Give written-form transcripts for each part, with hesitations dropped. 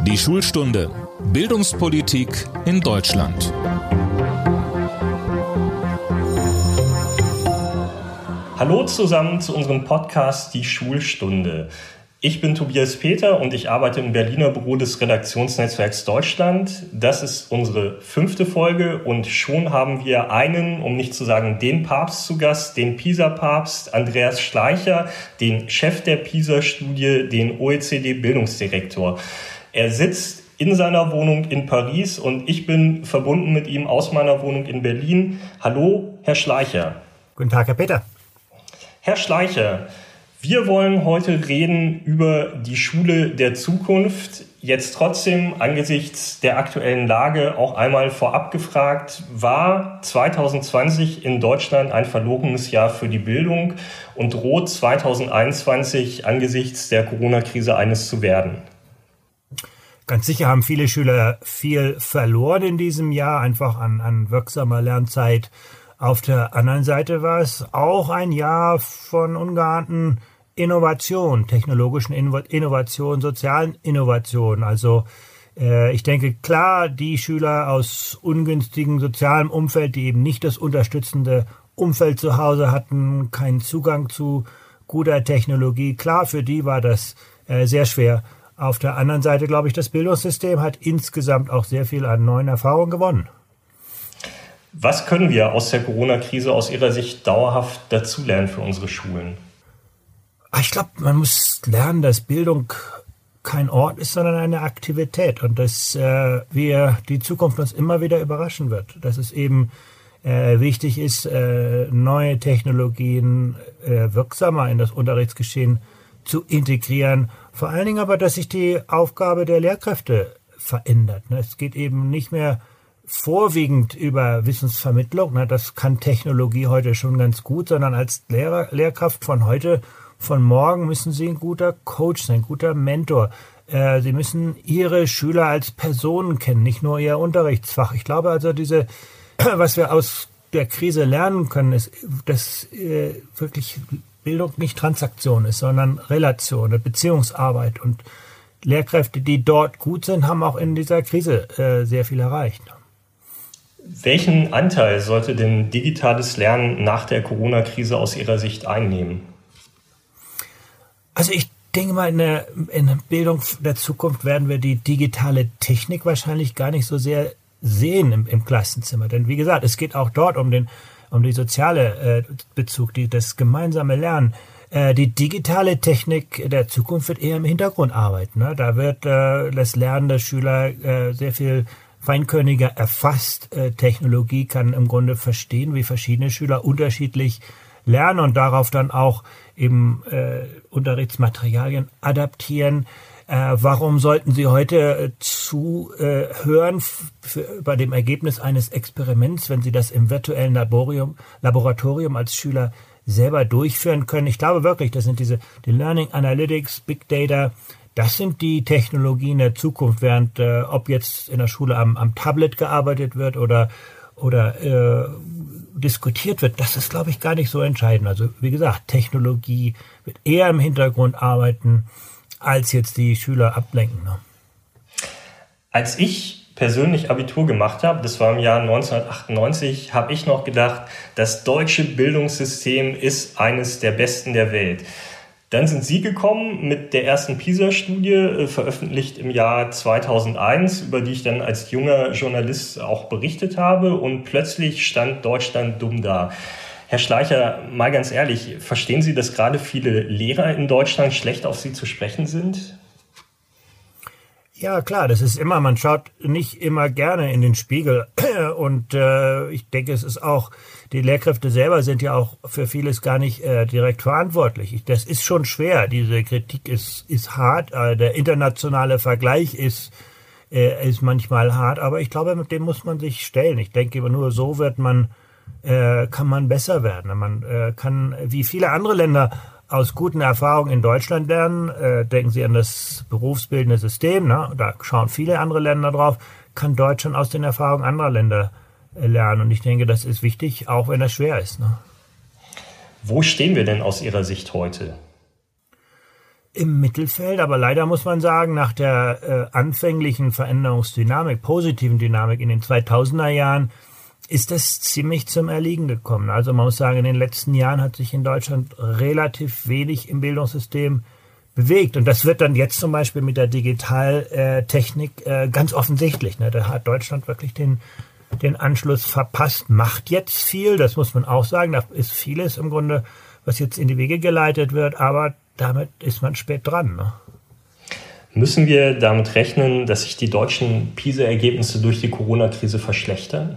Die Schulstunde Bildungspolitik in Deutschland. Hallo zusammen zu unserem Podcast Die Schulstunde. Ich bin Tobias Peter und ich arbeite im Berliner Büro des Redaktionsnetzwerks Deutschland. Das ist unsere 5. Folge und schon haben wir einen, um nicht zu sagen den Papst zu Gast, den PISA-Papst Andreas Schleicher, den Chef der PISA-Studie, den OECD-Bildungsdirektor. Er sitzt in seiner Wohnung in Paris und ich bin verbunden mit ihm aus meiner Wohnung in Berlin. Hallo, Herr Schleicher. Guten Tag, Herr Peter. Herr Schleicher, wir wollen heute reden über die Schule der Zukunft. Jetzt trotzdem angesichts der aktuellen Lage auch einmal vorab gefragt, war 2020 in Deutschland ein verlorenes Jahr für die Bildung und droht 2021 angesichts der Corona-Krise eines zu werden? Ganz sicher haben viele Schüler viel verloren in diesem Jahr, einfach an wirksamer Lernzeit. Auf der anderen Seite war es auch ein Jahr von ungeahnten Innovation, technologischen Innovation, sozialen Innovation. Also ich denke, klar, die Schüler aus ungünstigem sozialem Umfeld, die eben nicht das unterstützende Umfeld zu Hause hatten, keinen Zugang zu guter Technologie, klar, für die war das sehr schwer. Auf der anderen Seite, glaube ich, das Bildungssystem hat insgesamt auch sehr viel an neuen Erfahrungen gewonnen. Was können wir aus der Corona-Krise aus Ihrer Sicht dauerhaft dazulernen für unsere Schulen? Ich glaube, man muss lernen, dass Bildung kein Ort ist, sondern eine Aktivität und dass die Zukunft uns immer wieder überraschen wird. Dass es eben wichtig ist, neue Technologien wirksamer in das Unterrichtsgeschehen zu integrieren. Vor allen Dingen aber, dass sich die Aufgabe der Lehrkräfte verändert. Es geht eben nicht mehr vorwiegend über Wissensvermittlung. Das kann Technologie heute schon ganz gut, sondern als Lehrkraft von heute, von morgen müssen Sie ein guter Coach sein, ein guter Mentor. Sie müssen Ihre Schüler als Personen kennen, nicht nur Ihr Unterrichtsfach. Ich glaube also, was wir aus der Krise lernen können, ist, dass wirklich Bildung nicht Transaktion ist, sondern Relation, eine Beziehungsarbeit. Und Lehrkräfte, die dort gut sind, haben auch in dieser Krise sehr viel erreicht. Welchen Anteil sollte denn digitales Lernen nach der Corona-Krise aus Ihrer Sicht einnehmen? Also ich denke mal, in der Bildung der Zukunft werden wir die digitale Technik wahrscheinlich gar nicht so sehr sehen im Klassenzimmer. Denn wie gesagt, es geht auch dort um die soziale Bezug, das gemeinsame Lernen. Die digitale Technik der Zukunft wird eher im Hintergrund arbeiten. Ne? Da wird das Lernen der Schüler sehr viel feinkörniger erfasst. Technologie kann im Grunde verstehen, wie verschiedene Schüler unterschiedlich lernen und darauf dann auch eben Unterrichtsmaterialien adaptieren. Warum sollten Sie heute zuhören bei dem Ergebnis eines Experiments, wenn Sie das im virtuellen Laboratorium als Schüler selber durchführen können? Ich glaube wirklich, das sind die Learning Analytics, Big Data, das sind die Technologien der Zukunft, während ob jetzt in der Schule am Tablet gearbeitet wird oder diskutiert wird, das ist, glaube ich, gar nicht so entscheidend. Also wie gesagt, Technologie wird eher im Hintergrund arbeiten, als jetzt die Schüler ablenken. Ne? Als ich persönlich Abitur gemacht habe, das war im Jahr 1998, habe ich noch gedacht, das deutsche Bildungssystem ist eines der besten der Welt. Dann sind Sie gekommen mit der ersten PISA-Studie, veröffentlicht im Jahr 2001, über die ich dann als junger Journalist auch berichtet habe. Und plötzlich stand Deutschland dumm da. Herr Schleicher, mal ganz ehrlich, verstehen Sie, dass gerade viele Lehrer in Deutschland schlecht auf Sie zu sprechen sind? Ja, klar, das ist immer, man schaut nicht immer gerne in den Spiegel und ich denke, es ist auch, die Lehrkräfte selber sind ja auch für vieles gar nicht direkt verantwortlich. Das ist schon schwer, diese Kritik ist hart, der internationale Vergleich ist manchmal hart, aber ich glaube, mit dem muss man sich stellen. Ich denke, nur so kann man besser werden. Man kann, wie viele andere Länder, aus guten Erfahrungen in Deutschland lernen. Denken Sie an das berufsbildende System, ne? Da schauen viele andere Länder drauf. Kann Deutschland aus den Erfahrungen anderer Länder lernen. Und ich denke, das ist wichtig, auch wenn das schwer ist. Ne? Wo stehen wir denn aus Ihrer Sicht heute? im Mittelfeld, aber leider muss man sagen, nach der anfänglichen Veränderungsdynamik, positiven Dynamik in den 2000er Jahren, ist das ziemlich zum Erliegen gekommen. Also man muss sagen, in den letzten Jahren hat sich in Deutschland relativ wenig im Bildungssystem bewegt. Und das wird dann jetzt zum Beispiel mit der Digitaltechnik ganz offensichtlich. Ne? Da hat Deutschland wirklich den Anschluss verpasst, macht jetzt viel, das muss man auch sagen. Da ist vieles im Grunde, was jetzt in die Wege geleitet wird, aber damit ist man spät dran. Ne? Müssen wir damit rechnen, dass sich die deutschen PISA-Ergebnisse durch die Corona-Krise verschlechtern?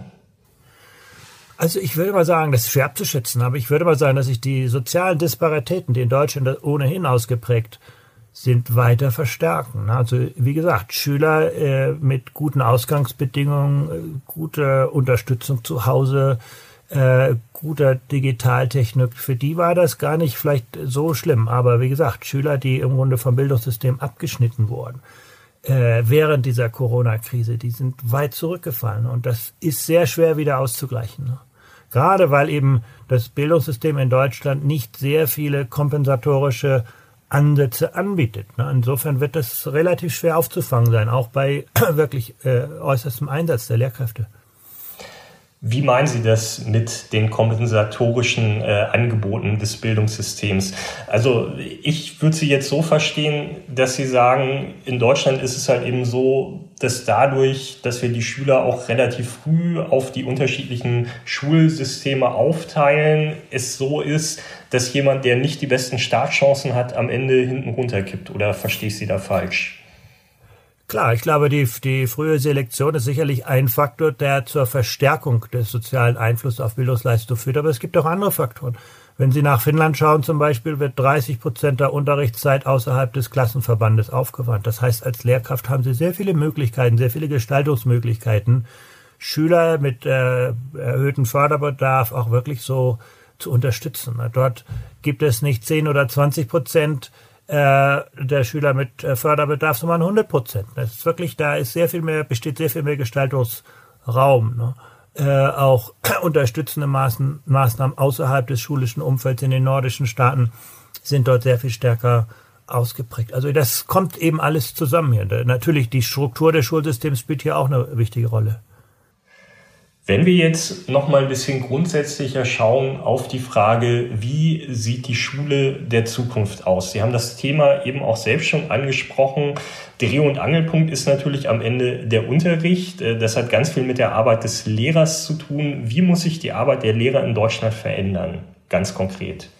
Also ich würde mal sagen, das ist schwer abzuschätzen, aber ich würde mal sagen, dass sich die sozialen Disparitäten, die in Deutschland ohnehin ausgeprägt sind, weiter verstärken. Also wie gesagt, Schüler mit guten Ausgangsbedingungen, guter Unterstützung zu Hause, guter Digitaltechnik, für die war das gar nicht vielleicht so schlimm. Aber wie gesagt, Schüler, die im Grunde vom Bildungssystem abgeschnitten wurden während dieser Corona-Krise, die sind weit zurückgefallen. Und das ist sehr schwer wieder auszugleichen. Ne? Gerade weil eben das Bildungssystem in Deutschland nicht sehr viele kompensatorische Ansätze anbietet. Ne? Insofern wird das relativ schwer aufzufangen sein, auch bei wirklich äußerstem Einsatz der Lehrkräfte. Wie meinen Sie das mit den kompensatorischen Angeboten des Bildungssystems? Also ich würde Sie jetzt so verstehen, dass Sie sagen, in Deutschland ist es halt eben so, dass dadurch, dass wir die Schüler auch relativ früh auf die unterschiedlichen Schulsysteme aufteilen, es so ist, dass jemand, der nicht die besten Startchancen hat, am Ende hinten runterkippt. Oder verstehe ich Sie da falsch? Klar, ich glaube, die frühe Selektion ist sicherlich ein Faktor, der zur Verstärkung des sozialen Einflusses auf Bildungsleistung führt. Aber es gibt auch andere Faktoren. Wenn Sie nach Finnland schauen zum Beispiel, wird 30% der Unterrichtszeit außerhalb des Klassenverbandes aufgewandt. Das heißt, als Lehrkraft haben Sie sehr viele Möglichkeiten, sehr viele Gestaltungsmöglichkeiten, Schüler mit erhöhtem Förderbedarf auch wirklich so zu unterstützen. Dort gibt es nicht 10 oder 20% der Schüler mit Förderbedarf, sondern 100%. Das ist wirklich, da ist besteht sehr viel mehr Gestaltungsraum. Ne? Auch unterstützende Maßnahmen außerhalb des schulischen Umfelds in den nordischen Staaten sind dort sehr viel stärker ausgeprägt. Also das kommt eben alles zusammen hier. Natürlich, die Struktur des Schulsystems spielt hier auch eine wichtige Rolle. Wenn wir jetzt noch mal ein bisschen grundsätzlicher schauen auf die Frage, wie sieht die Schule der Zukunft aus? Sie haben das Thema eben auch selbst schon angesprochen. Dreh- und Angelpunkt ist natürlich am Ende der Unterricht. Das hat ganz viel mit der Arbeit des Lehrers zu tun. Wie muss sich die Arbeit der Lehrer in Deutschland verändern? Ganz konkret.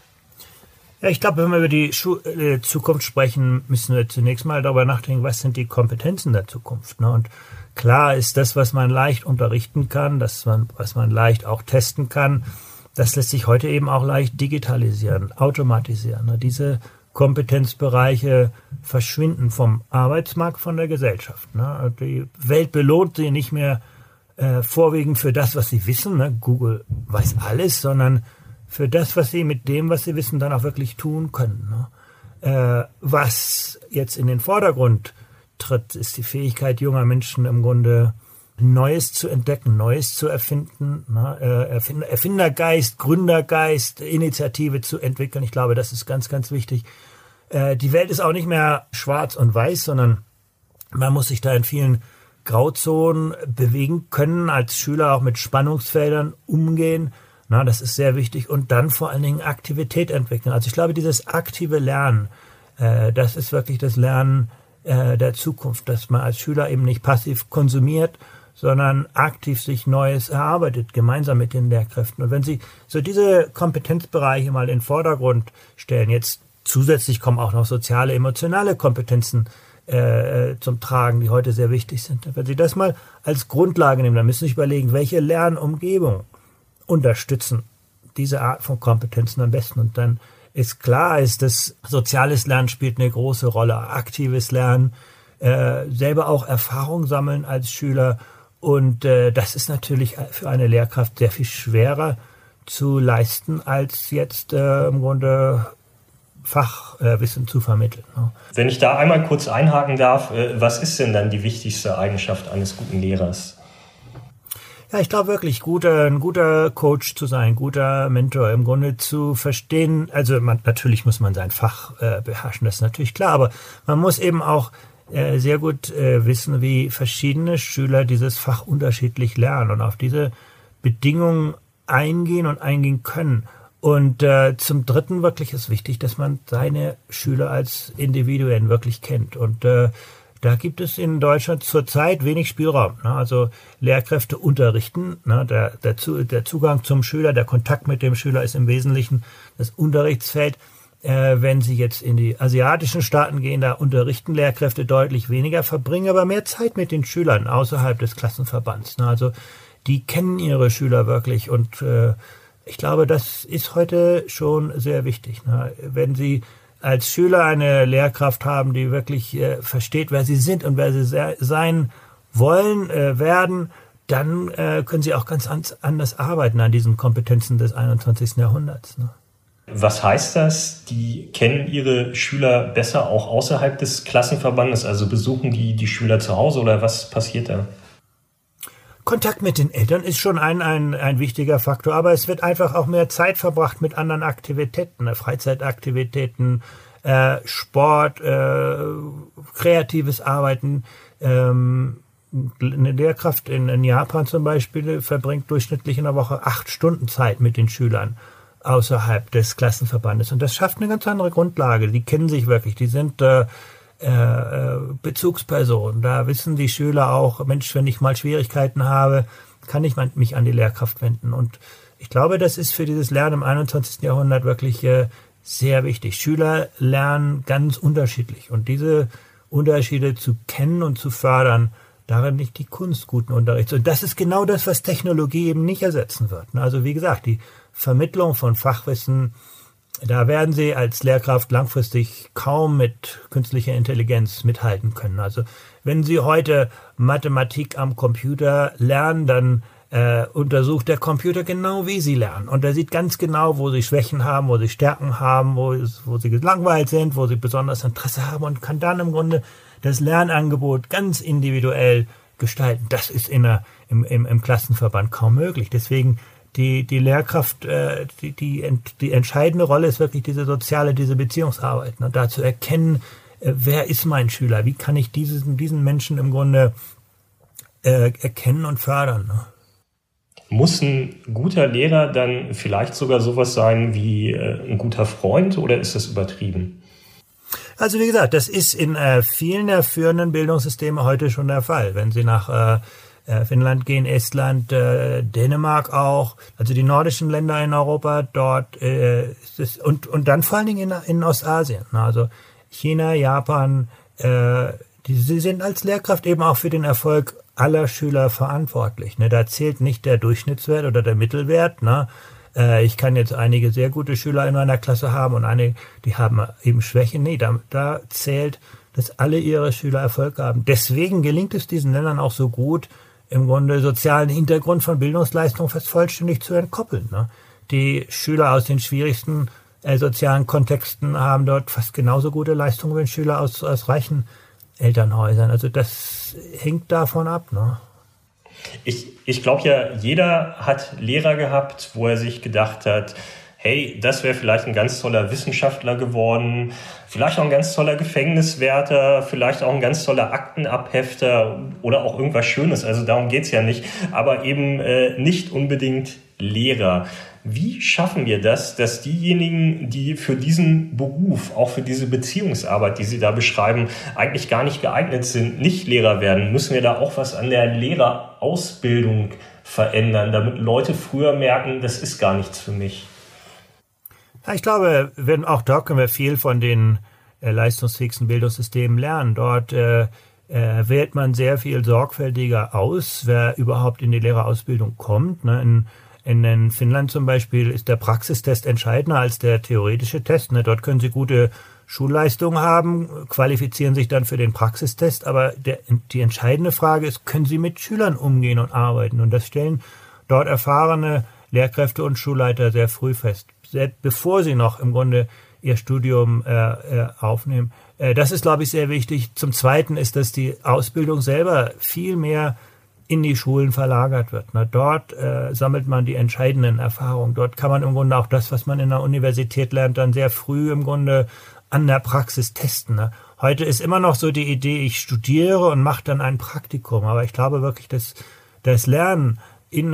Ja, ich glaube, wenn wir über die Zukunft sprechen, müssen wir zunächst mal darüber nachdenken, was sind die Kompetenzen der Zukunft. Ne? Und klar ist das, was man leicht unterrichten kann, was man leicht auch testen kann, das lässt sich heute eben auch leicht digitalisieren, automatisieren. Ne? Diese Kompetenzbereiche verschwinden vom Arbeitsmarkt, von der Gesellschaft. Ne? Die Welt belohnt sie nicht mehr vorwiegend für das, was sie wissen. Ne? Google weiß alles, sondern für das, was sie mit dem, was sie wissen, dann auch wirklich tun können. Ne? Was jetzt in den Vordergrund tritt, ist die Fähigkeit junger Menschen im Grunde Neues zu entdecken, Neues zu erfinden, ne? Erfindergeist, Gründergeist, Initiative zu entwickeln. Ich glaube, das ist ganz, ganz wichtig. Die Welt ist auch nicht mehr schwarz und weiß, sondern man muss sich da in vielen Grauzonen bewegen können, als Schüler auch mit Spannungsfeldern umgehen. Na, das ist sehr wichtig. Und dann vor allen Dingen Aktivität entwickeln. Also ich glaube, dieses aktive Lernen, das ist wirklich das Lernen der Zukunft, dass man als Schüler eben nicht passiv konsumiert, sondern aktiv sich Neues erarbeitet, gemeinsam mit den Lehrkräften. Und wenn Sie so diese Kompetenzbereiche mal in den Vordergrund stellen, jetzt zusätzlich kommen auch noch soziale, emotionale Kompetenzen zum Tragen, die heute sehr wichtig sind. Wenn Sie das mal als Grundlage nehmen, dann müssen Sie sich überlegen, welche Lernumgebung unterstützen diese Art von Kompetenzen am besten. Und dann ist klar, dass soziales Lernen spielt eine große Rolle, aktives Lernen, selber auch Erfahrung sammeln als Schüler. Und das ist natürlich für eine Lehrkraft sehr viel schwerer zu leisten, als jetzt im Grunde Fachwissen zu vermitteln. Ne? Wenn ich da einmal kurz einhaken darf, was ist denn dann die wichtigste Eigenschaft eines guten Lehrers? Ja, ich glaube wirklich, ein guter Coach zu sein, guter Mentor, im Grunde zu verstehen, also natürlich muss man sein Fach beherrschen, das ist natürlich klar, aber man muss eben auch sehr gut wissen, wie verschiedene Schüler dieses Fach unterschiedlich lernen und auf diese Bedingungen eingehen können. Und zum Dritten wirklich ist wichtig, dass man seine Schüler als Individuen wirklich kennt. Und da gibt es in Deutschland zurzeit wenig Spielraum. Ne? Also Lehrkräfte unterrichten. Ne? Der Zugang zum Schüler, der Kontakt mit dem Schüler ist im Wesentlichen das Unterrichtsfeld. Wenn Sie jetzt in die asiatischen Staaten gehen, da unterrichten Lehrkräfte deutlich weniger, verbringen aber mehr Zeit mit den Schülern außerhalb des Klassenverbands. Ne? Also die kennen ihre Schüler wirklich und ich glaube, das ist heute schon sehr wichtig. Ne? Wenn Sie als Schüler eine Lehrkraft haben, die wirklich versteht, wer sie sind und wer sie sein wollen, werden, dann können sie auch ganz anders arbeiten an diesen Kompetenzen des 21. Jahrhunderts. Ne? Was heißt das? Die kennen ihre Schüler besser auch außerhalb des Klassenverbandes? Also besuchen die Schüler zu Hause oder was passiert da? Kontakt mit den Eltern ist schon ein wichtiger Faktor, aber es wird einfach auch mehr Zeit verbracht mit anderen Aktivitäten, Freizeitaktivitäten, Sport, kreatives Arbeiten. Eine Lehrkraft in Japan zum Beispiel verbringt durchschnittlich in der Woche 8 Stunden Zeit mit den Schülern außerhalb des Klassenverbandes. Und das schafft eine ganz andere Grundlage. Die kennen sich wirklich, die sind Bezugsperson. Da wissen die Schüler auch, Mensch, wenn ich mal Schwierigkeiten habe, kann ich mich an die Lehrkraft wenden. Und ich glaube, das ist für dieses Lernen im 21. Jahrhundert wirklich sehr wichtig. Schüler lernen ganz unterschiedlich. Und diese Unterschiede zu kennen und zu fördern, darin liegt die Kunst guten Unterrichts. Und das ist genau das, was Technologie eben nicht ersetzen wird. Also wie gesagt, die Vermittlung von Fachwissen, da werden Sie als Lehrkraft langfristig kaum mit künstlicher Intelligenz mithalten können. Also wenn Sie heute Mathematik am Computer lernen, dann untersucht der Computer genau, wie Sie lernen. Und er sieht ganz genau, wo Sie Schwächen haben, wo Sie Stärken haben, wo Sie gelangweilt sind, wo Sie besonders Interesse haben und kann dann im Grunde das Lernangebot ganz individuell gestalten. Das ist im Klassenverband kaum möglich. Deswegen die Lehrkraft, die entscheidende Rolle ist wirklich diese soziale, diese Beziehungsarbeit. Ne? Da zu erkennen, wer ist mein Schüler? Wie kann ich diesen Menschen im Grunde erkennen und fördern? Ne? Muss ein guter Lehrer dann vielleicht sogar sowas sein wie ein guter Freund oder ist das übertrieben? Also wie gesagt, das ist in vielen der führenden Bildungssysteme heute schon der Fall. Wenn Sie nach Finnland gehen, Estland, Dänemark auch, also die nordischen Länder in Europa, dort ist es, und dann vor allen Dingen in Ostasien, also China, Japan, sie sind als Lehrkraft eben auch für den Erfolg aller Schüler verantwortlich. Ne? Da zählt nicht der Durchschnittswert oder der Mittelwert. Ne? Ich kann jetzt einige sehr gute Schüler in meiner Klasse haben und einige, die haben eben Schwächen. Nee, da zählt, dass alle ihre Schüler Erfolg haben. Deswegen gelingt es diesen Ländern auch so gut, im Grunde sozialen Hintergrund von Bildungsleistung fast vollständig zu entkoppeln. Ne? Die Schüler aus den schwierigsten sozialen Kontexten haben dort fast genauso gute Leistungen wie Schüler aus reichen Elternhäusern. Also das hängt davon ab. Ne? Ich glaube ja, jeder hat Lehrer gehabt, wo er sich gedacht hat, hey, das wäre vielleicht ein ganz toller Wissenschaftler geworden, vielleicht auch ein ganz toller Gefängniswärter, vielleicht auch ein ganz toller Aktenabhefter oder auch irgendwas Schönes. Also darum geht's ja nicht, aber eben nicht unbedingt Lehrer. Wie schaffen wir das, dass diejenigen, die für diesen Beruf, auch für diese Beziehungsarbeit, die Sie da beschreiben, eigentlich gar nicht geeignet sind, nicht Lehrer werden? Müssen wir da auch was an der Lehrerausbildung verändern, damit Leute früher merken, das ist gar nichts für mich? Ja, ich glaube, auch dort können wir viel von den leistungsfähigsten Bildungssystemen lernen. Dort wählt man sehr viel sorgfältiger aus, wer überhaupt in die Lehrerausbildung kommt. Ne? In Finnland zum Beispiel ist der Praxistest entscheidender als der theoretische Test. Ne? Dort können Sie gute Schulleistungen haben, qualifizieren sich dann für den Praxistest, aber die entscheidende Frage ist, können Sie mit Schülern umgehen und arbeiten? Und das stellen dort erfahrene Lehrkräfte und Schulleiter sehr früh fest, bevor sie noch im Grunde ihr Studium aufnehmen. Das ist, glaube ich, sehr wichtig. Zum Zweiten ist, dass die Ausbildung selber viel mehr in die Schulen verlagert wird. Dort sammelt man die entscheidenden Erfahrungen. Dort kann man im Grunde auch das, was man in der Universität lernt, dann sehr früh im Grunde an der Praxis testen. Heute ist immer noch so die Idee, ich studiere und mache dann ein Praktikum. Aber ich glaube wirklich, dass das Lernen im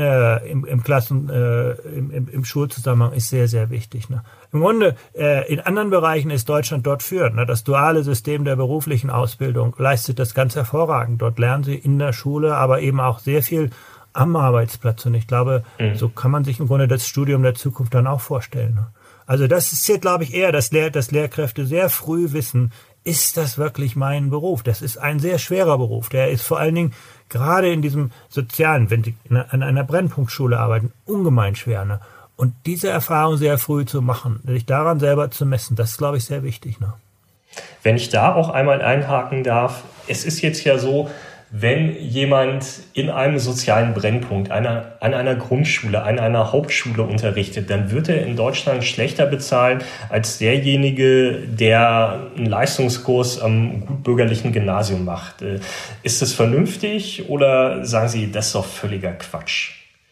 Schulzusammenhang ist sehr, sehr wichtig. Im Grunde, in anderen Bereichen ist Deutschland dort führend. Das duale System der beruflichen Ausbildung leistet das ganz hervorragend. Dort lernen sie in der Schule, aber eben auch sehr viel am Arbeitsplatz. Und ich glaube, so kann man sich im Grunde das Studium der Zukunft dann auch vorstellen. Also das ist hier, glaube ich, eher, dass Lehrkräfte sehr früh wissen, ist das wirklich mein Beruf? Das ist ein sehr schwerer Beruf. Der ist vor allen Dingen gerade in diesem sozialen, wenn Sie an einer Brennpunktschule arbeiten, ungemein schwer. Und diese Erfahrung sehr früh zu machen, sich daran selber zu messen, das ist, glaube ich, sehr wichtig. Wenn ich da auch einmal einhaken darf, es ist jetzt ja so, wenn jemand in einem sozialen Brennpunkt, an einer Grundschule, an einer Hauptschule unterrichtet, dann wird er in Deutschland schlechter bezahlt als derjenige, der einen Leistungskurs am gutbürgerlichen Gymnasium macht. Ist das vernünftig oder sagen Sie, das ist doch völliger Quatsch?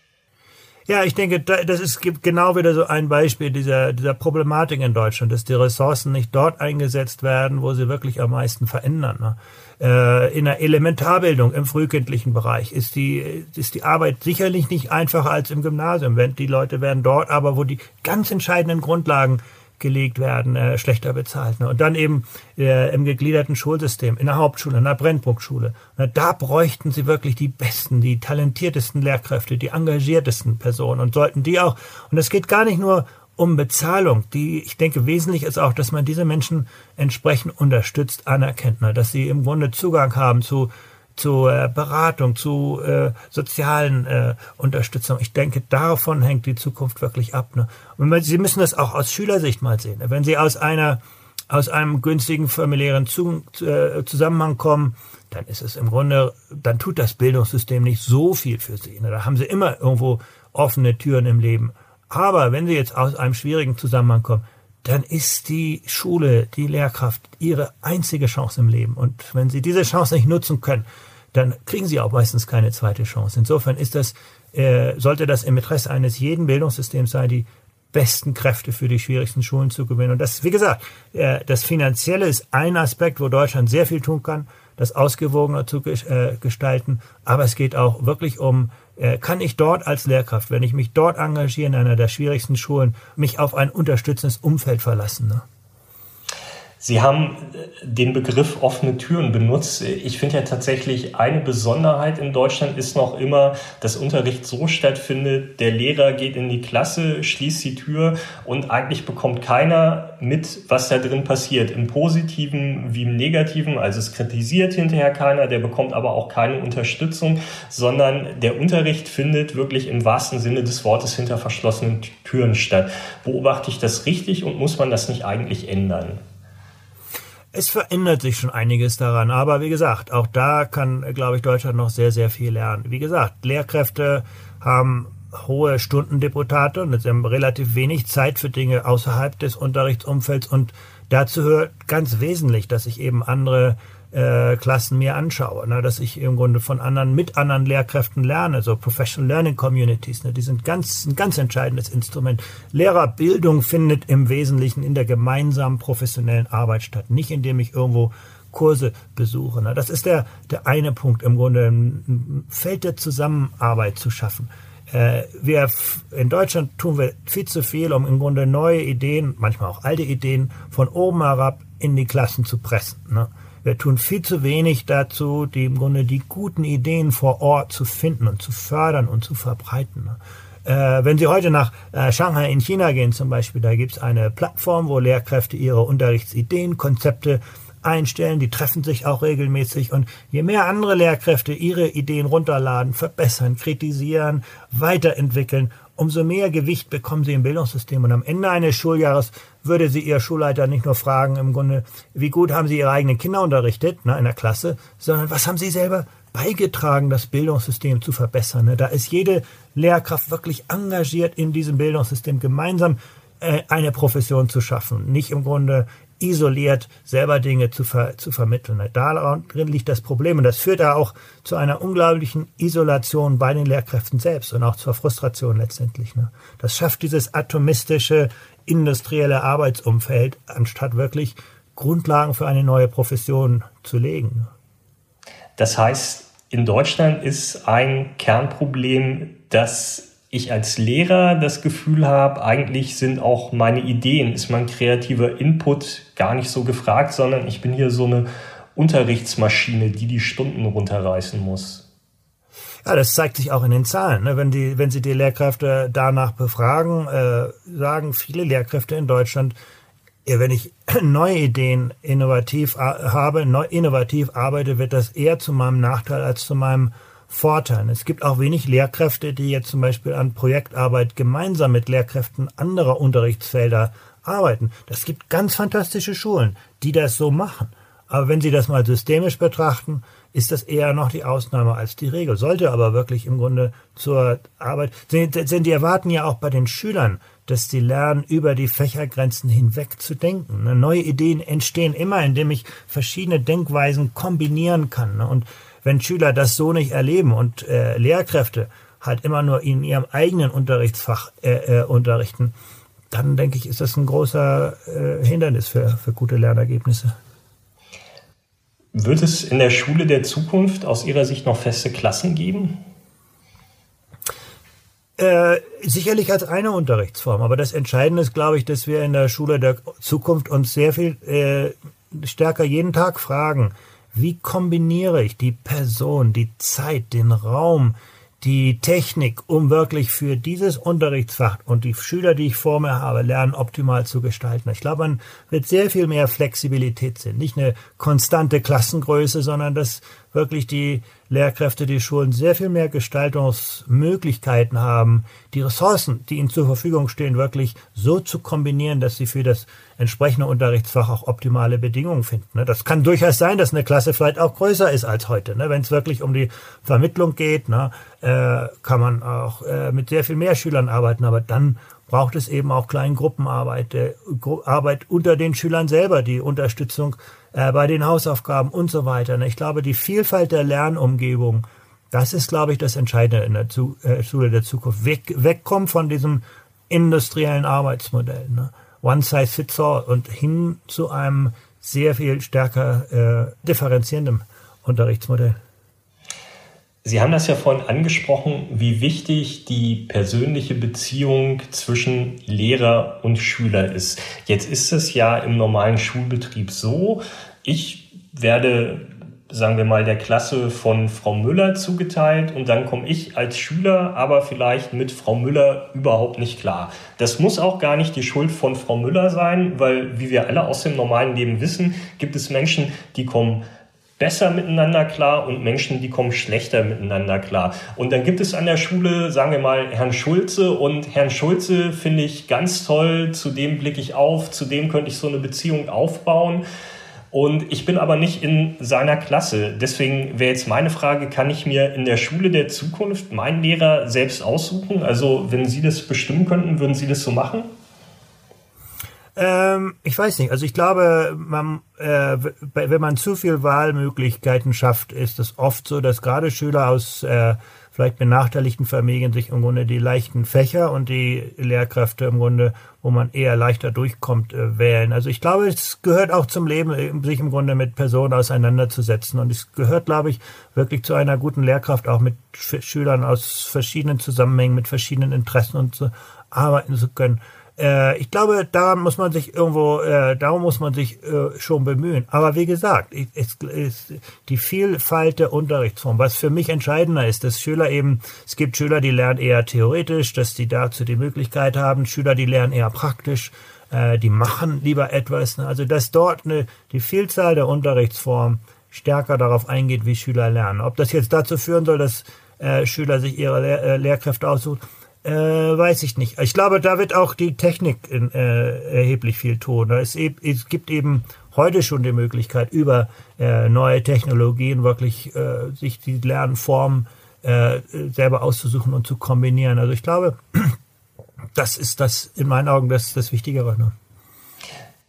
Ja, ich denke, das gibt genau wieder so ein Beispiel dieser Problematik in Deutschland, dass die Ressourcen nicht dort eingesetzt werden, wo sie wirklich am meisten verändern. In der Elementarbildung im frühkindlichen Bereich ist die Arbeit sicherlich nicht einfacher als im Gymnasium. Die Leute werden dort aber, wo die ganz entscheidenden Grundlagen gelegt werden, schlechter bezahlt. Und dann eben im gegliederten Schulsystem, in der Hauptschule, in der Brennpunktschule. Da bräuchten sie wirklich die besten, die talentiertesten Lehrkräfte, die engagiertesten Personen und sollten die auch. Und es geht gar nicht nur um Bezahlung. Ich denke, wesentlich ist auch, dass man diese Menschen entsprechend unterstützt, anerkennt, dass sie im Grunde Zugang haben zu Beratung, zu sozialen Unterstützung. Ich denke, davon hängt die Zukunft wirklich ab. Und Sie müssen das auch aus Schülersicht mal sehen. Wenn Sie aus einem günstigen familiären Zusammenhang kommen, dann ist es im Grunde, dann tut das Bildungssystem nicht so viel für Sie. Da haben Sie immer irgendwo offene Türen im Leben. Aber wenn Sie jetzt aus einem schwierigen Zusammenhang kommen, dann ist die Schule, die Lehrkraft ihre einzige Chance im Leben. Und wenn Sie diese Chance nicht nutzen können, dann kriegen Sie auch meistens keine zweite Chance. Insofern sollte das im Interesse eines jeden Bildungssystems sein, die besten Kräfte für die schwierigsten Schulen zu gewinnen. Und das, wie gesagt, das Finanzielle ist ein Aspekt, wo Deutschland sehr viel tun kann, das ausgewogener zu gestalten. Aber es geht auch wirklich um, kann ich dort als Lehrkraft, wenn ich mich dort engagiere in einer der schwierigsten Schulen, mich auf ein unterstützendes Umfeld verlassen. Sie haben den Begriff offene Türen benutzt. Ich finde ja tatsächlich, eine Besonderheit in Deutschland ist noch immer, dass Unterricht so stattfindet, der Lehrer geht in die Klasse, schließt die Tür und eigentlich bekommt keiner mit, was da drin passiert. Im Positiven wie im Negativen, also es kritisiert hinterher keiner, der bekommt aber auch keine Unterstützung, sondern der Unterricht findet wirklich im wahrsten Sinne des Wortes hinter verschlossenen Türen statt. Beobachte ich das richtig und muss man das nicht eigentlich ändern? Es verändert sich schon einiges daran, aber wie gesagt, auch da kann, glaube ich, Deutschland noch sehr, sehr viel lernen. Wie gesagt, Lehrkräfte haben hohe Stundendeputate und sie haben relativ wenig Zeit für Dinge außerhalb des Unterrichtsumfelds und dazu gehört ganz wesentlich, dass ich eben andere Klassen mir anschaue, dass ich im Grunde mit anderen Lehrkräften lerne, so Professional Learning Communities, die sind ein ganz entscheidendes Instrument. Lehrerbildung findet im Wesentlichen in der gemeinsamen professionellen Arbeit statt, nicht indem ich irgendwo Kurse besuche. Das ist der eine Punkt, im Grunde ein Feld der Zusammenarbeit zu schaffen. In Deutschland tun wir viel zu viel, um im Grunde neue Ideen, manchmal auch alte Ideen, von oben herab in die Klassen zu pressen. Wir tun viel zu wenig dazu, im Grunde die guten Ideen vor Ort zu finden und zu fördern und zu verbreiten. Wenn Sie heute nach Shanghai in China gehen zum Beispiel, da gibt es eine Plattform, wo Lehrkräfte ihre Unterrichtsideen, Konzepte einstellen, die treffen sich auch regelmäßig und je mehr andere Lehrkräfte ihre Ideen runterladen, verbessern, kritisieren, weiterentwickeln, umso mehr Gewicht bekommen sie im Bildungssystem. Und am Ende eines Schuljahres würde sie ihr Schulleiter nicht nur fragen, im Grunde, wie gut haben sie ihre eigenen Kinder unterrichtet, in der Klasse, sondern was haben sie selber beigetragen, das Bildungssystem zu verbessern. Da ist jede Lehrkraft wirklich engagiert in diesem Bildungssystem, gemeinsam eine Profession zu schaffen. Nicht im Grunde isoliert selber Dinge zu vermitteln. Darin liegt das Problem und das führt da auch zu einer unglaublichen Isolation bei den Lehrkräften selbst und auch zur Frustration letztendlich. Das schafft dieses atomistische, industrielle Arbeitsumfeld, anstatt wirklich Grundlagen für eine neue Profession zu legen. Das heißt, in Deutschland ist ein Kernproblem, dass ich als Lehrer das Gefühl habe, eigentlich sind auch meine Ideen, ist mein kreativer Input gar nicht so gefragt, sondern ich bin hier so eine Unterrichtsmaschine, die Stunden runterreißen muss. Ja, das zeigt sich auch in den Zahlen. Wenn Sie die Lehrkräfte danach befragen, sagen viele Lehrkräfte in Deutschland, wenn ich neue Ideen innovativ arbeite, wird das eher zu meinem Nachteil als zu meinem Vorteil. Es gibt auch wenig Lehrkräfte, die jetzt zum Beispiel an Projektarbeit gemeinsam mit Lehrkräften anderer Unterrichtsfelder arbeiten. Das gibt ganz fantastische Schulen, die das so machen. Aber wenn Sie das mal systemisch betrachten, ist das eher noch die Ausnahme als die Regel. Sollte aber wirklich im Grunde zur Arbeit, denn die erwarten ja auch bei den Schülern, dass sie lernen, über die Fächergrenzen hinweg zu denken. Neue Ideen entstehen immer, indem ich verschiedene Denkweisen kombinieren kann. Und wenn Schüler das so nicht erleben und Lehrkräfte halt immer nur in ihrem eigenen Unterrichtsfach unterrichten, dann denke ich, ist das ein großer Hindernis für gute Lernergebnisse. Wird es in der Schule der Zukunft aus Ihrer Sicht noch feste Klassen geben? Sicherlich als eine Unterrichtsform, aber das Entscheidende ist, glaube ich, dass wir in der Schule der Zukunft uns sehr viel stärker jeden Tag fragen, wie kombiniere ich die Person, die Zeit, den Raum, die Technik, um wirklich für dieses Unterrichtsfach und die Schüler, die ich vor mir habe, Lernen optimal zu gestalten. Ich glaube, man wird sehr viel mehr Flexibilität sehen. Nicht eine konstante Klassengröße, sondern dass wirklich die Lehrkräfte, die Schulen sehr viel mehr Gestaltungsmöglichkeiten haben, die Ressourcen, die ihnen zur Verfügung stehen, wirklich so zu kombinieren, dass sie für das entsprechende Unterrichtsfach auch optimale Bedingungen finden. Das kann durchaus sein, dass eine Klasse vielleicht auch größer ist als heute. Wenn es wirklich um die Vermittlung geht, kann man auch mit sehr viel mehr Schülern arbeiten, aber dann braucht es eben auch Kleingruppenarbeit, Arbeit unter den Schülern selber, die Unterstützung bei den Hausaufgaben und so weiter. Ich glaube, die Vielfalt der Lernumgebung, das ist, glaube ich, das Entscheidende in der Schule der Zukunft. Wegkommen von diesem industriellen Arbeitsmodell, One size fits all, und hin zu einem sehr viel stärker differenzierenden Unterrichtsmodell. Sie haben das ja vorhin angesprochen, wie wichtig die persönliche Beziehung zwischen Lehrer und Schüler ist. Jetzt ist es ja im normalen Schulbetrieb so, ich werde, sagen wir mal, der Klasse von Frau Müller zugeteilt und dann komme ich als Schüler aber vielleicht mit Frau Müller überhaupt nicht klar. Das muss auch gar nicht die Schuld von Frau Müller sein, weil, wie wir alle aus dem normalen Leben wissen, gibt es Menschen, die kommen besser miteinander klar und Menschen, die kommen schlechter miteinander klar. Und dann gibt es an der Schule, sagen wir mal, Herrn Schulze, und Herrn Schulze finde ich ganz toll, zu dem blicke ich auf, zu dem könnte ich so eine Beziehung aufbauen. Und ich bin aber nicht in seiner Klasse. Deswegen wäre jetzt meine Frage, kann ich mir in der Schule der Zukunft meinen Lehrer selbst aussuchen? Also wenn Sie das bestimmen könnten, würden Sie das so machen? Ich weiß nicht. Also ich glaube, wenn man zu viel Wahlmöglichkeiten schafft, ist es oft so, dass gerade Schüler aus vielleicht benachteiligten Familien sich im Grunde die leichten Fächer und die Lehrkräfte im Grunde, wo man eher leichter durchkommt, wählen. Also ich glaube, es gehört auch zum Leben, sich im Grunde mit Personen auseinanderzusetzen. Und es gehört, glaube ich, wirklich zu einer guten Lehrkraft, auch mit Schülern aus verschiedenen Zusammenhängen, mit verschiedenen Interessen und so arbeiten zu können. Ich glaube, darum muss man sich schon bemühen. Aber wie gesagt, es ist die Vielfalt der Unterrichtsform. Was für mich entscheidender ist, dass es gibt Schüler, die lernen eher theoretisch, dass die dazu die Möglichkeit haben, Schüler, die lernen eher praktisch, die machen lieber etwas. Also, dass dort die Vielzahl der Unterrichtsformen stärker darauf eingeht, wie Schüler lernen. Ob das jetzt dazu führen soll, dass Schüler sich ihre Lehrkräfte aussuchen, weiß ich nicht. Ich glaube, da wird auch die Technik erheblich viel tun. Es gibt eben heute schon die Möglichkeit, über neue Technologien wirklich sich die Lernformen selber auszusuchen und zu kombinieren. Also ich glaube, das ist in meinen Augen das Wichtigere.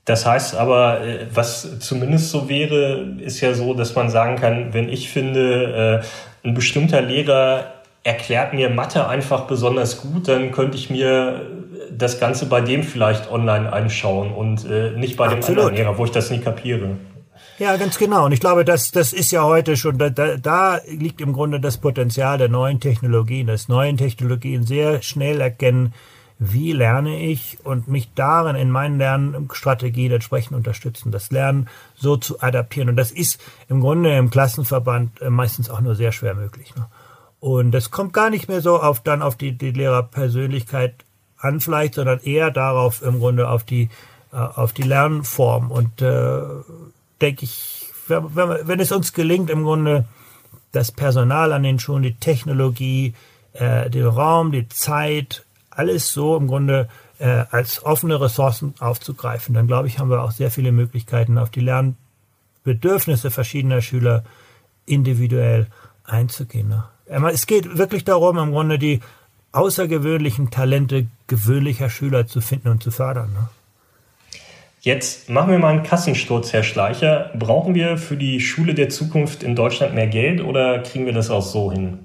Das heißt aber, was zumindest so wäre, ist ja so, dass man sagen kann, wenn ich finde, ein bestimmter Lehrer erklärt mir Mathe einfach besonders gut, dann könnte ich mir das Ganze bei dem vielleicht online anschauen und nicht bei dem anderen Lehrer, wo ich das nie kapiere. Ja, ganz genau. Und ich glaube, das ist ja heute schon, da liegt im Grunde das Potenzial der neuen Technologien, dass neuen Technologien sehr schnell erkennen, wie lerne ich und mich darin in meinen Lernstrategien entsprechend unterstützen, das Lernen so zu adaptieren. Und das ist im Grunde im Klassenverband meistens auch nur sehr schwer möglich. Ne? Und das kommt gar nicht mehr so auf die Lehrerpersönlichkeit an vielleicht, sondern eher darauf im Grunde auf die Lernform. Und denke ich, wenn es uns gelingt, im Grunde das Personal an den Schulen, die Technologie, den Raum, die Zeit, alles so im Grunde als offene Ressourcen aufzugreifen, dann glaube ich, haben wir auch sehr viele Möglichkeiten, auf die Lernbedürfnisse verschiedener Schüler individuell einzugehen. Ne? Es geht wirklich darum, im Grunde die außergewöhnlichen Talente gewöhnlicher Schüler zu finden und zu fördern. Ne? Jetzt machen wir mal einen Kassensturz, Herr Schleicher. Brauchen wir für die Schule der Zukunft in Deutschland mehr Geld oder kriegen wir das auch so hin?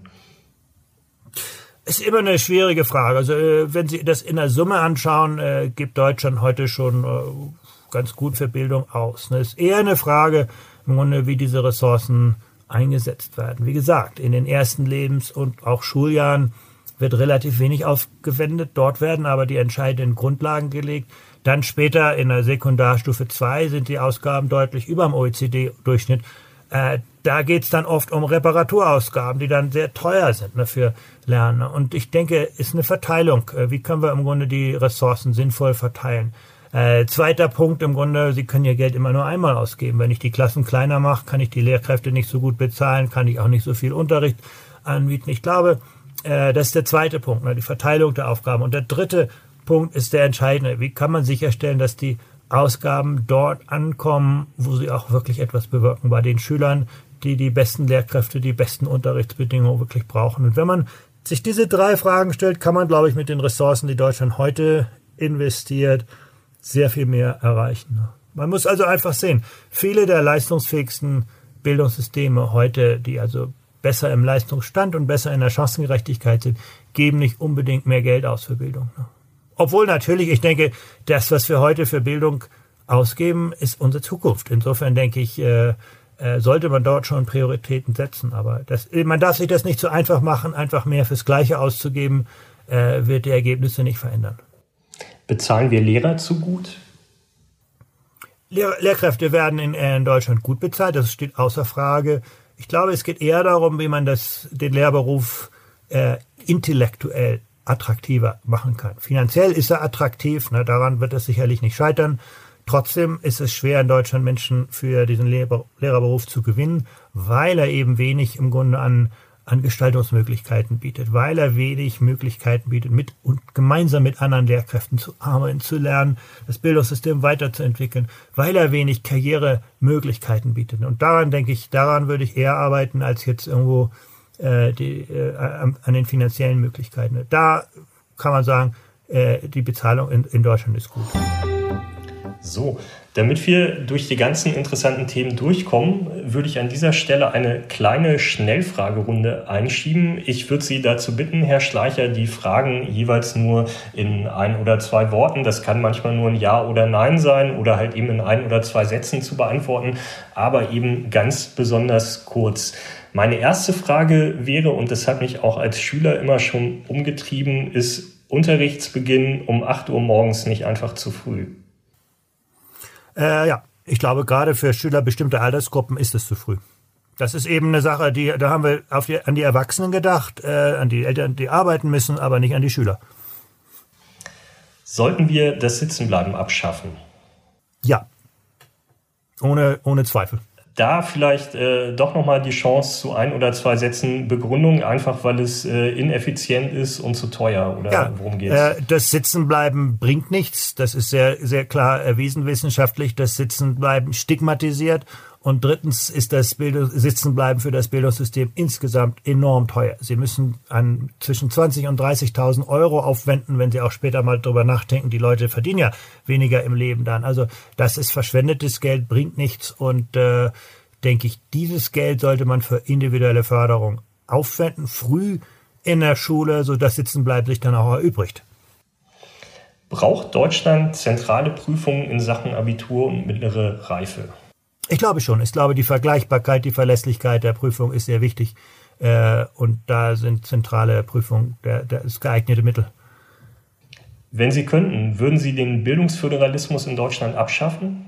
Ist immer eine schwierige Frage. Also wenn Sie das in der Summe anschauen, gibt Deutschland heute schon ganz gut für Bildung aus. Es ist eher eine Frage, im Grunde, wie diese Ressourcen eingesetzt werden. Wie gesagt, in den ersten Lebens- und auch Schuljahren wird relativ wenig aufgewendet. Dort werden aber die entscheidenden Grundlagen gelegt. Dann später in der Sekundarstufe 2 sind die Ausgaben deutlich über dem OECD-Durchschnitt. Da geht es dann oft um Reparaturausgaben, die dann sehr teuer sind für Lerner. Und ich denke, ist eine Verteilung. Wie können wir im Grunde die Ressourcen sinnvoll verteilen? Zweiter Punkt im Grunde, Sie können Ihr Geld immer nur einmal ausgeben. Wenn ich die Klassen kleiner mache, kann ich die Lehrkräfte nicht so gut bezahlen, kann ich auch nicht so viel Unterricht anbieten. Ich glaube, das ist der zweite Punkt, die Verteilung der Aufgaben. Und der dritte Punkt ist der entscheidende. Wie kann man sicherstellen, dass die Ausgaben dort ankommen, wo sie auch wirklich etwas bewirken, bei den Schülern, die die besten Lehrkräfte, die besten Unterrichtsbedingungen wirklich brauchen. Und wenn man sich diese 3 Fragen stellt, kann man, glaube ich, mit den Ressourcen, die Deutschland heute investiert, sehr viel mehr erreichen. Man muss also einfach sehen, viele der leistungsfähigsten Bildungssysteme heute, die also besser im Leistungsstand und besser in der Chancengerechtigkeit sind, geben nicht unbedingt mehr Geld aus für Bildung. Obwohl natürlich, ich denke, das, was wir heute für Bildung ausgeben, ist unsere Zukunft. Insofern denke ich, sollte man dort schon Prioritäten setzen. Aber man darf sich das nicht so einfach machen, einfach mehr fürs Gleiche auszugeben, wird die Ergebnisse nicht verändern. Bezahlen wir Lehrer zu gut? Lehrkräfte werden in Deutschland gut bezahlt, das steht außer Frage. Ich glaube, es geht eher darum, wie man den Lehrberuf intellektuell attraktiver machen kann. Finanziell ist er attraktiv, daran wird es sicherlich nicht scheitern. Trotzdem ist es schwer in Deutschland Menschen für diesen Lehrerberuf zu gewinnen, weil er eben wenig im Grunde an Gestaltungsmöglichkeiten bietet, weil er wenig Möglichkeiten bietet, gemeinsam mit anderen Lehrkräften zu arbeiten, zu lernen, das Bildungssystem weiterzuentwickeln, weil er wenig Karrieremöglichkeiten bietet. Und daran würde ich eher arbeiten, als jetzt irgendwo an den finanziellen Möglichkeiten. Da kann man sagen, die Bezahlung in Deutschland ist gut. So, damit wir durch die ganzen interessanten Themen durchkommen, würde ich an dieser Stelle eine kleine Schnellfragerunde einschieben. Ich würde Sie dazu bitten, Herr Schleicher, die Fragen jeweils nur in 1 oder 2 Worten, das kann manchmal nur ein Ja oder Nein sein oder halt eben in 1 oder 2 Sätzen zu beantworten, aber eben ganz besonders kurz. Meine erste Frage wäre, und das hat mich auch als Schüler immer schon umgetrieben, ist Unterrichtsbeginn um 8 Uhr morgens nicht einfach zu früh? Ja, ich glaube, gerade für Schüler bestimmter Altersgruppen ist es zu früh. Das ist eben eine Sache, da haben wir an die Erwachsenen gedacht, an die Eltern, die arbeiten müssen, aber nicht an die Schüler. Sollten wir das Sitzenbleiben abschaffen? Ja, ohne Zweifel. Da vielleicht doch nochmal die Chance zu 1 oder 2 Sätzen Begründung, einfach weil es ineffizient ist und zu teuer, oder ja, worum geht's? Das Sitzenbleiben bringt nichts, das ist sehr, sehr klar erwiesen wissenschaftlich. Das Sitzenbleiben stigmatisiert Und drittens ist das Sitzenbleiben für das Bildungssystem insgesamt enorm teuer. Sie müssen zwischen 20.000 und 30.000 Euro aufwenden, wenn Sie auch später mal drüber nachdenken. Die Leute verdienen ja weniger im Leben dann. Also das ist verschwendetes Geld, bringt nichts. Und denke ich, dieses Geld sollte man für individuelle Förderung aufwenden, früh in der Schule, sodass Sitzenbleiben sich dann auch erübrigt. Braucht Deutschland zentrale Prüfungen in Sachen Abitur und mittlere Reife? Ich glaube schon. Ich glaube, die Vergleichbarkeit, die Verlässlichkeit der Prüfung ist sehr wichtig. Und da sind zentrale Prüfungen das geeignete Mittel. Wenn Sie könnten, würden Sie den Bildungsföderalismus in Deutschland abschaffen?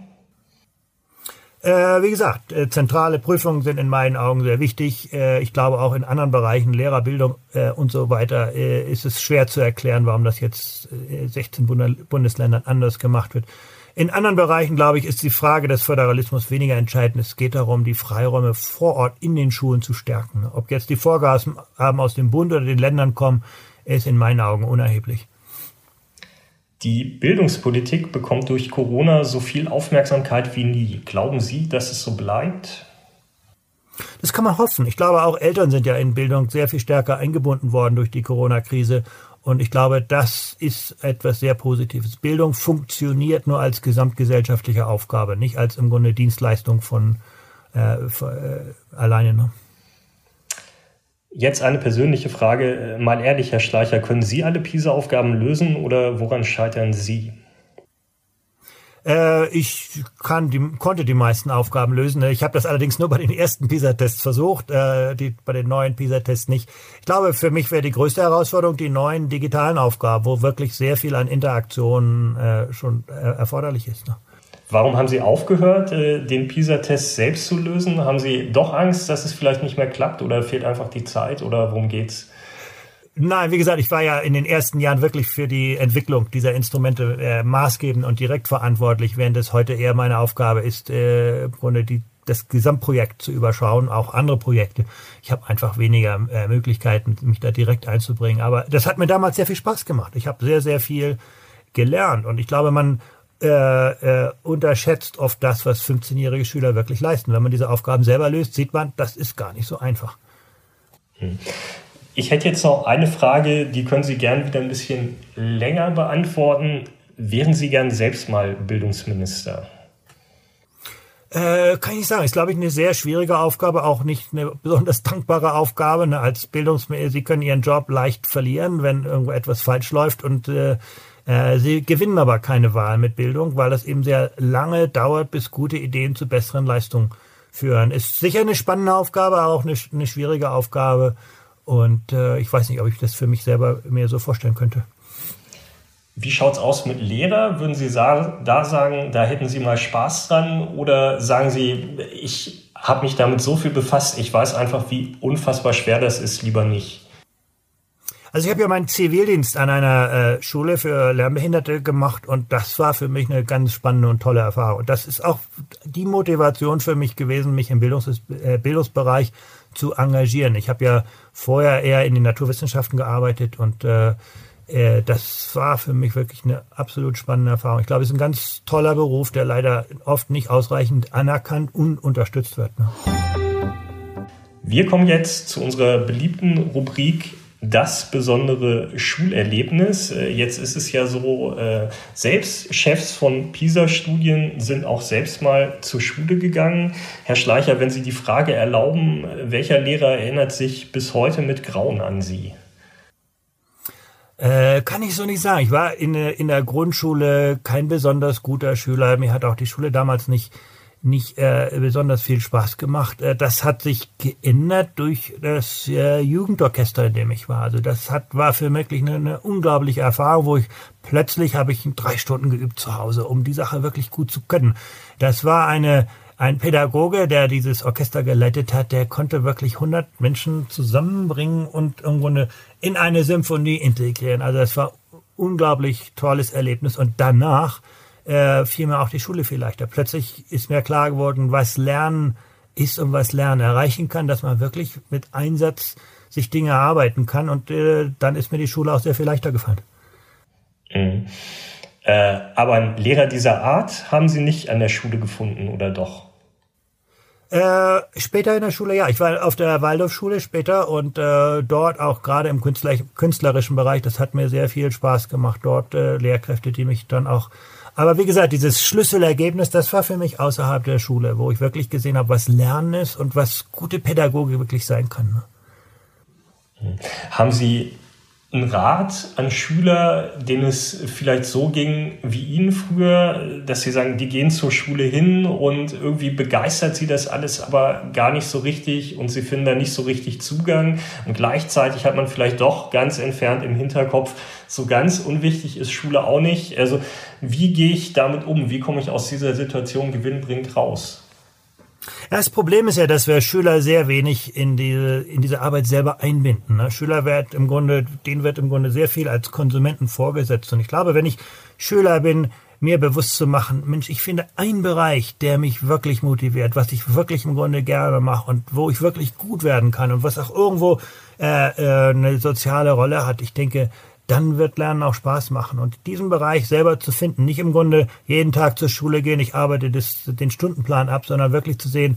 Wie gesagt, zentrale Prüfungen sind in meinen Augen sehr wichtig. Ich glaube auch in anderen Bereichen, Lehrerbildung und so weiter, ist es schwer zu erklären, warum das jetzt 16 Bundesländern anders gemacht wird. In anderen Bereichen, glaube ich, ist die Frage des Föderalismus weniger entscheidend. Es geht darum, die Freiräume vor Ort in den Schulen zu stärken. Ob jetzt die Vorgaben aus dem Bund oder den Ländern kommen, ist in meinen Augen unerheblich. Die Bildungspolitik bekommt durch Corona so viel Aufmerksamkeit wie nie. Glauben Sie, dass es so bleibt? Das kann man hoffen. Ich glaube, auch Eltern sind ja in Bildung sehr viel stärker eingebunden worden durch die Corona-Krise. Und ich glaube, das ist etwas sehr Positives. Bildung funktioniert nur als gesamtgesellschaftliche Aufgabe, nicht als im Grunde Dienstleistung von alleine. Ne? Jetzt eine persönliche Frage. Mal ehrlich, Herr Schleicher, können Sie alle PISA-Aufgaben lösen oder woran scheitern Sie? Ich konnte die meisten Aufgaben lösen. Ich habe das allerdings nur bei den ersten PISA-Tests versucht, bei den neuen PISA-Tests nicht. Ich glaube, für mich wäre die größte Herausforderung die neuen digitalen Aufgaben, wo wirklich sehr viel an Interaktion schon erforderlich ist. Ne? Warum haben Sie aufgehört, den PISA-Test selbst zu lösen? Haben Sie doch Angst, dass es vielleicht nicht mehr klappt oder fehlt einfach die Zeit oder worum geht's? Nein, wie gesagt, ich war ja in den ersten Jahren wirklich für die Entwicklung dieser Instrumente maßgebend und direkt verantwortlich, während es heute eher meine Aufgabe ist, im Grunde das Gesamtprojekt zu überschauen, auch andere Projekte. Ich habe einfach weniger Möglichkeiten, mich da direkt einzubringen. Aber das hat mir damals sehr viel Spaß gemacht. Ich habe sehr, sehr viel gelernt und ich glaube, man unterschätzt oft das, was 15-jährige Schüler wirklich leisten. Wenn man diese Aufgaben selber löst, sieht man, das ist gar nicht so einfach. Ich hätte jetzt noch eine Frage, die können Sie gern wieder ein bisschen länger beantworten. Wären Sie gern selbst mal Bildungsminister? Kann ich nicht sagen. Ist, glaube ich, eine sehr schwierige Aufgabe, auch nicht eine besonders dankbare Aufgabe. Ne? Als Bildungsminister, Sie können Ihren Job leicht verlieren, wenn irgendwo etwas falsch läuft und Sie gewinnen aber keine Wahl mit Bildung, weil das eben sehr lange dauert, bis gute Ideen zu besseren Leistungen führen. Ist sicher eine spannende Aufgabe, auch eine schwierige Aufgabe. Und ich weiß nicht, ob ich das für mich selber mir so vorstellen könnte. Wie schaut's aus mit Lehrer? Würden Sie sagen, da hätten Sie mal Spaß dran? Oder sagen Sie, ich habe mich damit so viel befasst, ich weiß einfach, wie unfassbar schwer das ist, lieber nicht? Also ich habe ja meinen Zivildienst an einer Schule für Lernbehinderte gemacht und das war für mich eine ganz spannende und tolle Erfahrung. Und das ist auch die Motivation für mich gewesen, mich im Bildungsbereich zu engagieren. Ich habe ja vorher eher in den Naturwissenschaften gearbeitet und das war für mich wirklich eine absolut spannende Erfahrung. Ich glaube, es ist ein ganz toller Beruf, der leider oft nicht ausreichend anerkannt und unterstützt wird. Ne? Wir kommen jetzt zu unserer beliebten Rubrik Das besondere Schulerlebnis. Jetzt ist es ja so, selbst Chefs von PISA-Studien sind auch selbst mal zur Schule gegangen. Herr Schleicher, wenn Sie die Frage erlauben, welcher Lehrer erinnert sich bis heute mit Grauen an Sie? Kann ich so nicht sagen. Ich war in der Grundschule kein besonders guter Schüler. Mir hat auch die Schule damals nicht besonders viel Spaß gemacht. Das hat sich geändert durch das Jugendorchester, in dem ich war. Also das war für mich wirklich eine unglaubliche Erfahrung, wo plötzlich habe ich 3 Stunden geübt zu Hause, um die Sache wirklich gut zu können. Das war ein Pädagoge, der dieses Orchester geleitet hat, der konnte wirklich 100 Menschen zusammenbringen und irgendwo in eine Symphonie integrieren. Also das war ein unglaublich tolles Erlebnis. Und danach fiel mir auch die Schule viel leichter. Plötzlich ist mir klar geworden, was Lernen ist und was Lernen erreichen kann, dass man wirklich mit Einsatz sich Dinge erarbeiten kann. Und dann ist mir die Schule auch sehr viel leichter gefallen. Mhm. Aber einen Lehrer dieser Art haben Sie nicht an der Schule gefunden, oder doch? Später in der Schule, ja. Ich war auf der Waldorfschule später und dort auch gerade im künstlerischen Bereich, das hat mir sehr viel Spaß gemacht. Dort Lehrkräfte, die mich dann auch... Aber wie gesagt, dieses Schlüsselergebnis, das war für mich außerhalb der Schule, wo ich wirklich gesehen habe, was Lernen ist und was gute Pädagogik wirklich sein kann. Ne? Haben Sie einen Rat an Schüler, denen es vielleicht so ging wie Ihnen früher, dass Sie sagen, die gehen zur Schule hin und irgendwie begeistert sie das alles aber gar nicht so richtig und sie finden da nicht so richtig Zugang und gleichzeitig hat man vielleicht doch ganz entfernt im Hinterkopf, so ganz unwichtig ist Schule auch nicht. Also wie gehe ich damit um? Wie komme ich aus dieser Situation gewinnbringend raus? Das Problem ist ja, dass wir Schüler sehr wenig in diese Arbeit selber einbinden. Ne? Denen wird im Grunde sehr viel als Konsumenten vorgesetzt. Und ich glaube, wenn ich Schüler bin, mir bewusst zu machen, Mensch, ich finde einen Bereich, der mich wirklich motiviert, was ich wirklich im Grunde gerne mache und wo ich wirklich gut werden kann und was auch irgendwo eine soziale Rolle hat. Ich denke, dann wird Lernen auch Spaß machen. Und diesen Bereich selber zu finden, nicht im Grunde jeden Tag zur Schule gehen, ich arbeite den Stundenplan ab, sondern wirklich zu sehen,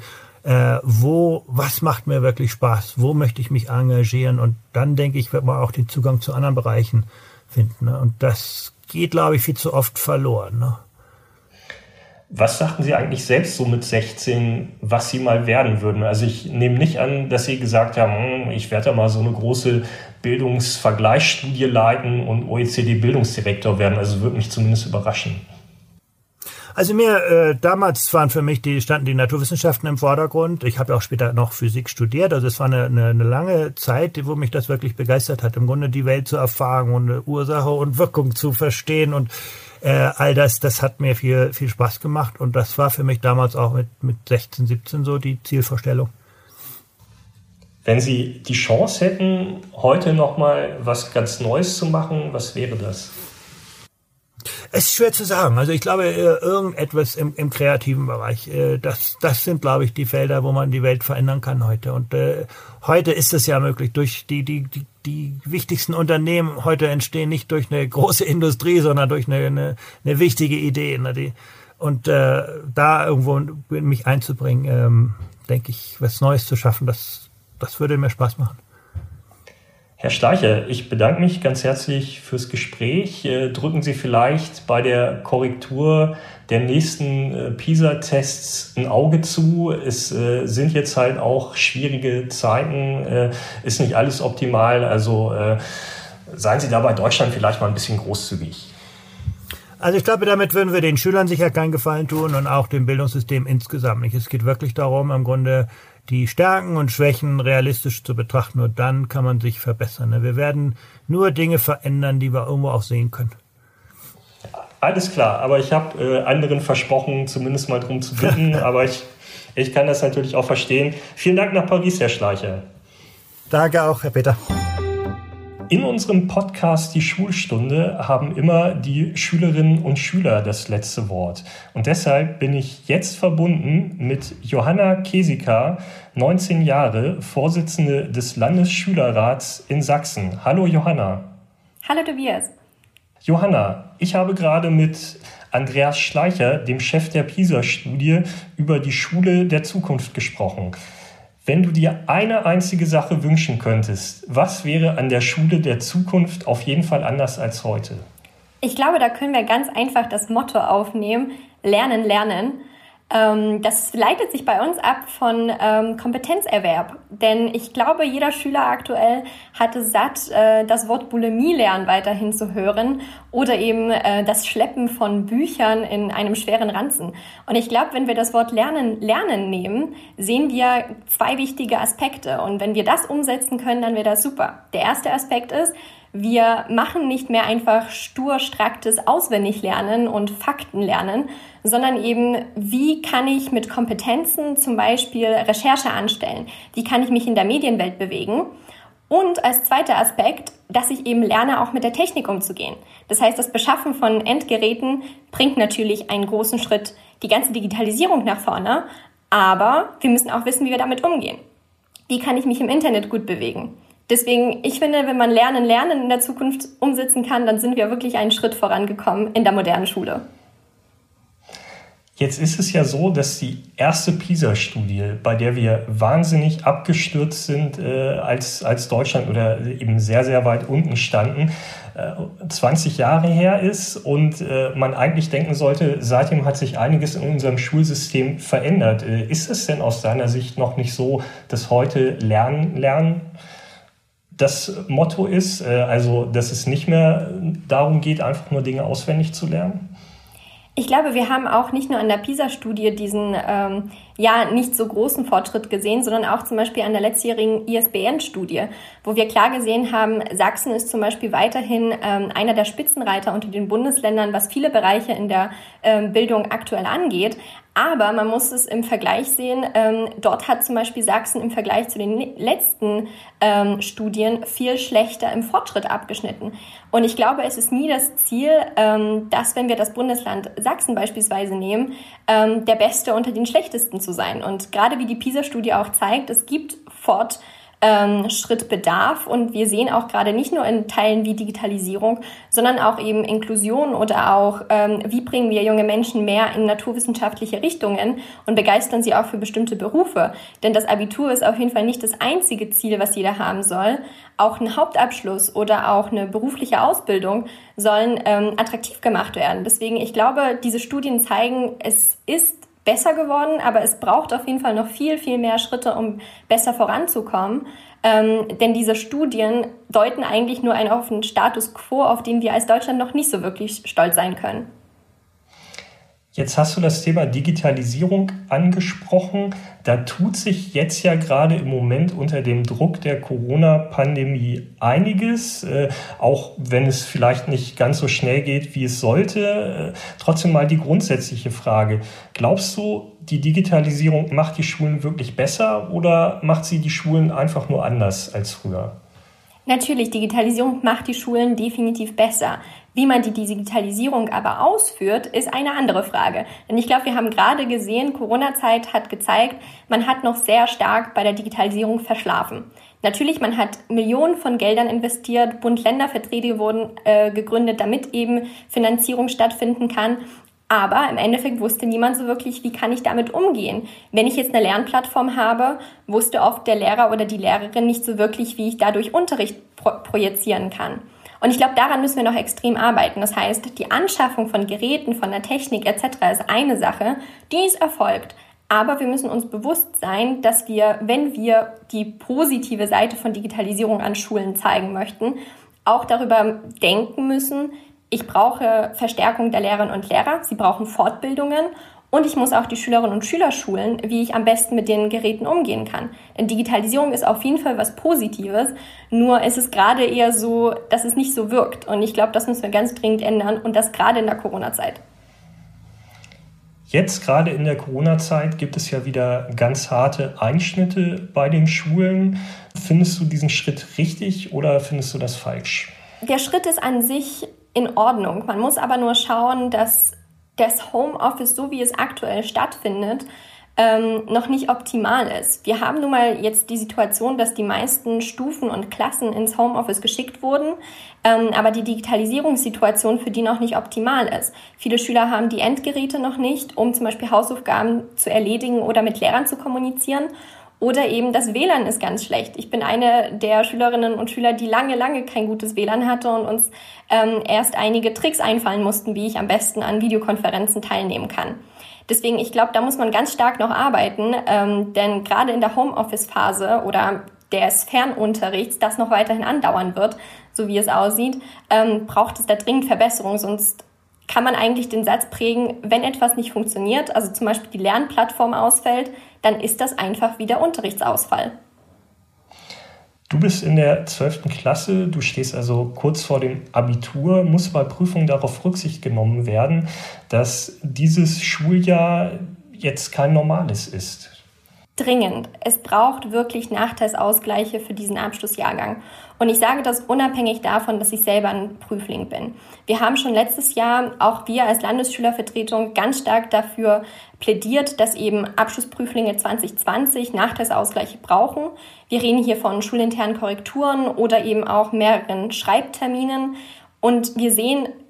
was macht mir wirklich Spaß, wo möchte ich mich engagieren und dann, denke ich, wird man auch den Zugang zu anderen Bereichen finden. Ne? Und das geht, glaube ich, viel zu oft verloren. Ne? Was sagten Sie eigentlich selbst so mit 16, was Sie mal werden würden? Also ich nehme nicht an, dass Sie gesagt haben, ich werde da mal so eine große Bildungsvergleichsstudie leiten und OECD-Bildungsdirektor werden. Also würde mich zumindest überraschen. Also damals standen die Naturwissenschaften im Vordergrund. Ich habe auch später noch Physik studiert. Also es war eine lange Zeit, wo mich das wirklich begeistert hat, im Grunde die Welt zu erfahren und eine Ursache und Wirkung zu verstehen und all das hat mir viel, viel Spaß gemacht und das war für mich damals auch mit 16, 17 so die Zielvorstellung. Wenn Sie die Chance hätten, heute nochmal was ganz Neues zu machen, was wäre das? Es ist schwer zu sagen. Also ich glaube, irgendetwas im kreativen Bereich, das sind, glaube ich, die Felder, wo man die Welt verändern kann heute. Und heute ist es ja möglich. Durch die wichtigsten Unternehmen heute entstehen nicht durch eine große Industrie, sondern durch eine wichtige Idee. Ne? Und da irgendwo mich einzubringen, denke ich, was Neues zu schaffen, das würde mir Spaß machen. Herr Schleicher, ich bedanke mich ganz herzlich fürs Gespräch. Drücken Sie vielleicht bei der Korrektur der nächsten PISA-Tests ein Auge zu. Es sind jetzt halt auch schwierige Zeiten, ist nicht alles optimal. Also seien Sie da bei Deutschland vielleicht mal ein bisschen großzügig. Also ich glaube, damit würden wir den Schülern sicher keinen Gefallen tun und auch dem Bildungssystem insgesamt nicht. Es geht wirklich darum, im Grunde die Stärken und Schwächen realistisch zu betrachten. Nur dann kann man sich verbessern. Wir werden nur Dinge verändern, die wir irgendwo auch sehen können. Alles klar, aber ich habe anderen versprochen, zumindest mal drum zu bitten. Aber ich kann das natürlich auch verstehen. Vielen Dank nach Paris, Herr Schleicher. Danke auch, Herr Peter. In unserem Podcast Die Schulstunde haben immer die Schülerinnen und Schüler das letzte Wort. Und deshalb bin ich jetzt verbunden mit Johanna Kesika, 19 Jahre, Vorsitzende des Landesschülerrats in Sachsen. Hallo Johanna. Hallo Tobias. Johanna, ich habe gerade mit Andreas Schleicher, dem Chef der PISA-Studie, über die Schule der Zukunft gesprochen. Wenn du dir eine einzige Sache wünschen könntest, was wäre an der Schule der Zukunft auf jeden Fall anders als heute? Ich glaube, da können wir ganz einfach das Motto aufnehmen, Lernen, Lernen. Das leitet sich bei uns ab von Kompetenzerwerb. Denn ich glaube, jeder Schüler aktuell hatte satt, das Wort Bulimie lernen weiterhin zu hören oder eben das Schleppen von Büchern in einem schweren Ranzen. Und ich glaube, wenn wir das Wort Lernen, Lernen nehmen, sehen wir zwei wichtige Aspekte. Und wenn wir das umsetzen können, dann wäre das super. Der erste Aspekt ist, wir machen nicht mehr einfach stur straktes Auswendiglernen und Faktenlernen, sondern eben, wie kann ich mit Kompetenzen zum Beispiel Recherche anstellen? Wie kann ich mich in der Medienwelt bewegen? Und als zweiter Aspekt, dass ich eben lerne, auch mit der Technik umzugehen. Das heißt, das Beschaffen von Endgeräten bringt natürlich einen großen Schritt, die ganze Digitalisierung nach vorne, aber wir müssen auch wissen, wie wir damit umgehen. Wie kann ich mich im Internet gut bewegen? Deswegen, ich finde, wenn man Lernen in der Zukunft umsetzen kann, dann sind wir wirklich einen Schritt vorangekommen in der modernen Schule. Jetzt ist es ja so, dass die erste PISA-Studie, bei der wir wahnsinnig abgestürzt sind als Deutschland oder eben sehr, sehr weit unten standen, 20 Jahre her ist und man eigentlich denken sollte, seitdem hat sich einiges in unserem Schulsystem verändert. Ist es denn aus deiner Sicht noch nicht so, dass heute Lernen das Motto ist? Also, dass es nicht mehr darum geht, einfach nur Dinge auswendig zu lernen? Ich glaube, wir haben auch nicht nur an der PISA-Studie diesen nicht so großen Fortschritt gesehen, sondern auch zum Beispiel an der letztjährigen ISBN-Studie, wo wir klar gesehen haben, Sachsen ist zum Beispiel weiterhin einer der Spitzenreiter unter den Bundesländern, was viele Bereiche in der Bildung aktuell angeht. Aber man muss es im Vergleich sehen, dort hat zum Beispiel Sachsen im Vergleich zu den letzten Studien viel schlechter im Fortschritt abgeschnitten. Und ich glaube, es ist nie das Ziel, dass, wenn wir das Bundesland Sachsen beispielsweise nehmen, der Beste unter den Schlechtesten zu sein. Und gerade wie die PISA-Studie auch zeigt, es gibt Fortschrittbedarf und wir sehen auch gerade nicht nur in Teilen wie Digitalisierung, sondern auch eben Inklusion oder auch, wie bringen wir junge Menschen mehr in naturwissenschaftliche Richtungen und begeistern sie auch für bestimmte Berufe. Denn das Abitur ist auf jeden Fall nicht das einzige Ziel, was jeder haben soll. Auch ein Hauptabschluss oder auch eine berufliche Ausbildung sollen attraktiv gemacht werden. Deswegen, ich glaube, diese Studien zeigen, es ist besser geworden, aber es braucht auf jeden Fall noch viel, viel mehr Schritte, um besser voranzukommen. Denn diese Studien deuten eigentlich nur auf einen Status quo, auf den wir als Deutschland noch nicht so wirklich stolz sein können. Jetzt hast du das Thema Digitalisierung angesprochen. Da tut sich jetzt ja gerade im Moment unter dem Druck der Corona-Pandemie einiges, auch wenn es vielleicht nicht ganz so schnell geht, wie es sollte. Trotzdem mal die grundsätzliche Frage. Glaubst du, die Digitalisierung macht die Schulen wirklich besser oder macht sie die Schulen einfach nur anders als früher? Natürlich, Digitalisierung macht die Schulen definitiv besser. Wie man die Digitalisierung aber ausführt, ist eine andere Frage. Denn ich glaube, wir haben gerade gesehen, Corona-Zeit hat gezeigt, man hat noch sehr stark bei der Digitalisierung verschlafen. Natürlich, man hat Millionen von Geldern investiert, Bund-Länder-Verträge wurden gegründet, damit eben Finanzierung stattfinden kann. Aber im Endeffekt wusste niemand so wirklich, wie kann ich damit umgehen. Wenn ich jetzt eine Lernplattform habe, wusste oft der Lehrer oder die Lehrerin nicht so wirklich, wie ich dadurch Unterricht projizieren kann. Und ich glaube, daran müssen wir noch extrem arbeiten. Das heißt, die Anschaffung von Geräten, von der Technik etc. ist eine Sache, die ist erfolgt. Aber wir müssen uns bewusst sein, dass wir, wenn wir die positive Seite von Digitalisierung an Schulen zeigen möchten, auch darüber denken müssen, ich brauche Verstärkung der Lehrerinnen und Lehrer, sie brauchen Fortbildungen und ich muss auch die Schülerinnen und Schüler schulen, wie ich am besten mit den Geräten umgehen kann. Denn Digitalisierung ist auf jeden Fall was Positives, nur ist es gerade eher so, dass es nicht so wirkt. Und ich glaube, das müssen wir ganz dringend ändern und das gerade in der Corona-Zeit. Jetzt gerade in der Corona-Zeit gibt es ja wieder ganz harte Einschnitte bei den Schulen. Findest du diesen Schritt richtig oder findest du das falsch? Der Schritt ist an sich in Ordnung. Man muss aber nur schauen, dass das Homeoffice, so wie es aktuell stattfindet, noch nicht optimal ist. Wir haben nun mal jetzt die Situation, dass die meisten Stufen und Klassen ins Homeoffice geschickt wurden, aber die Digitalisierungssituation für die noch nicht optimal ist. Viele Schüler haben die Endgeräte noch nicht, um zum Beispiel Hausaufgaben zu erledigen oder mit Lehrern zu kommunizieren. Oder eben das WLAN ist ganz schlecht. Ich bin eine der Schülerinnen und Schüler, die lange kein gutes WLAN hatte und uns erst einige Tricks einfallen mussten, wie ich am besten an Videokonferenzen teilnehmen kann. Deswegen, ich glaube, da muss man ganz stark noch arbeiten, denn gerade in der Homeoffice-Phase oder des Fernunterrichts, das noch weiterhin andauern wird, so wie es aussieht, braucht es da dringend Verbesserung, sonst kann man eigentlich den Satz prägen, wenn etwas nicht funktioniert, also zum Beispiel die Lernplattform ausfällt, dann ist das einfach wieder Unterrichtsausfall. Du bist in der 12. Klasse, du stehst also kurz vor dem Abitur. Muss bei Prüfungen darauf Rücksicht genommen werden, dass dieses Schuljahr jetzt kein normales ist? Dringend. Es braucht wirklich Nachteilsausgleiche für diesen Abschlussjahrgang. Und ich sage das unabhängig davon, dass ich selber ein Prüfling bin. Wir haben schon letztes Jahr, auch wir als Landesschülervertretung, ganz stark dafür plädiert, dass eben Abschlussprüflinge 2020 Nachteilsausgleiche brauchen. Wir reden hier von schulinternen Korrekturen oder eben auch mehreren Schreibterminen. Und wir sehen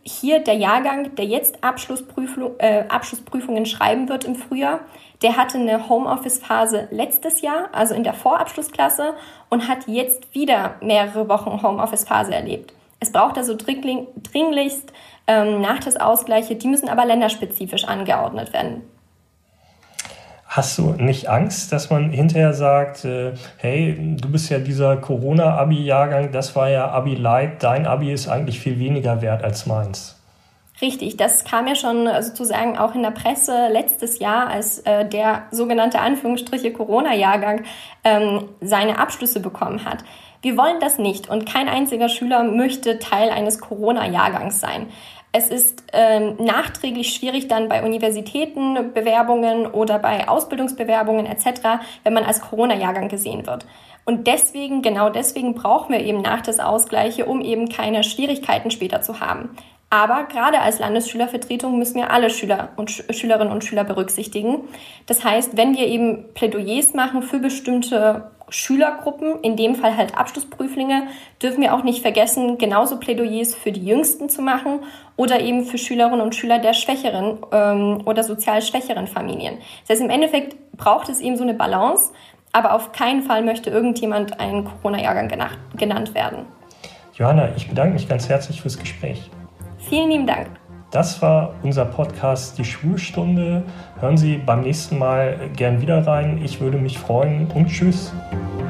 hier der Jahrgang, der jetzt Abschlussprüfungen schreiben wird im Frühjahr, der hatte eine Homeoffice-Phase letztes Jahr, also in der Vorabschlussklasse, und hat jetzt wieder mehrere Wochen Homeoffice-Phase erlebt. Es braucht also dringlichst Nachteilsausgleiche, die müssen aber länderspezifisch angeordnet werden. Hast du nicht Angst, dass man hinterher sagt, hey, du bist ja dieser Corona-Abi-Jahrgang, das war ja Abi-Light, dein Abi ist eigentlich viel weniger wert als meins? Richtig, das kam ja schon sozusagen auch in der Presse letztes Jahr, als der sogenannte Anführungsstriche Corona-Jahrgang seine Abschlüsse bekommen hat. Wir wollen das nicht und kein einziger Schüler möchte Teil eines Corona-Jahrgangs sein. Es ist nachträglich schwierig dann bei Universitätenbewerbungen oder bei Ausbildungsbewerbungen etc., wenn man als Corona-Jahrgang gesehen wird. Und genau deswegen brauchen wir eben Nachteilsausgleiche, um eben keine Schwierigkeiten später zu haben. Aber gerade als Landesschülervertretung müssen wir alle Schüler und Schülerinnen und Schüler berücksichtigen. Das heißt, wenn wir eben Plädoyers machen für bestimmte Schülergruppen, in dem Fall halt Abschlussprüflinge, dürfen wir auch nicht vergessen, genauso Plädoyers für die Jüngsten zu machen oder eben für Schülerinnen und Schüler der schwächeren oder sozial schwächeren Familien. Das heißt, im Endeffekt braucht es eben so eine Balance, aber auf keinen Fall möchte irgendjemand einen Corona-Jahrgang genannt werden. Johanna, ich bedanke mich ganz herzlich fürs Gespräch. Vielen lieben Dank. Das war unser Podcast Die Schulstunde. Hören Sie beim nächsten Mal gern wieder rein. Ich würde mich freuen und tschüss.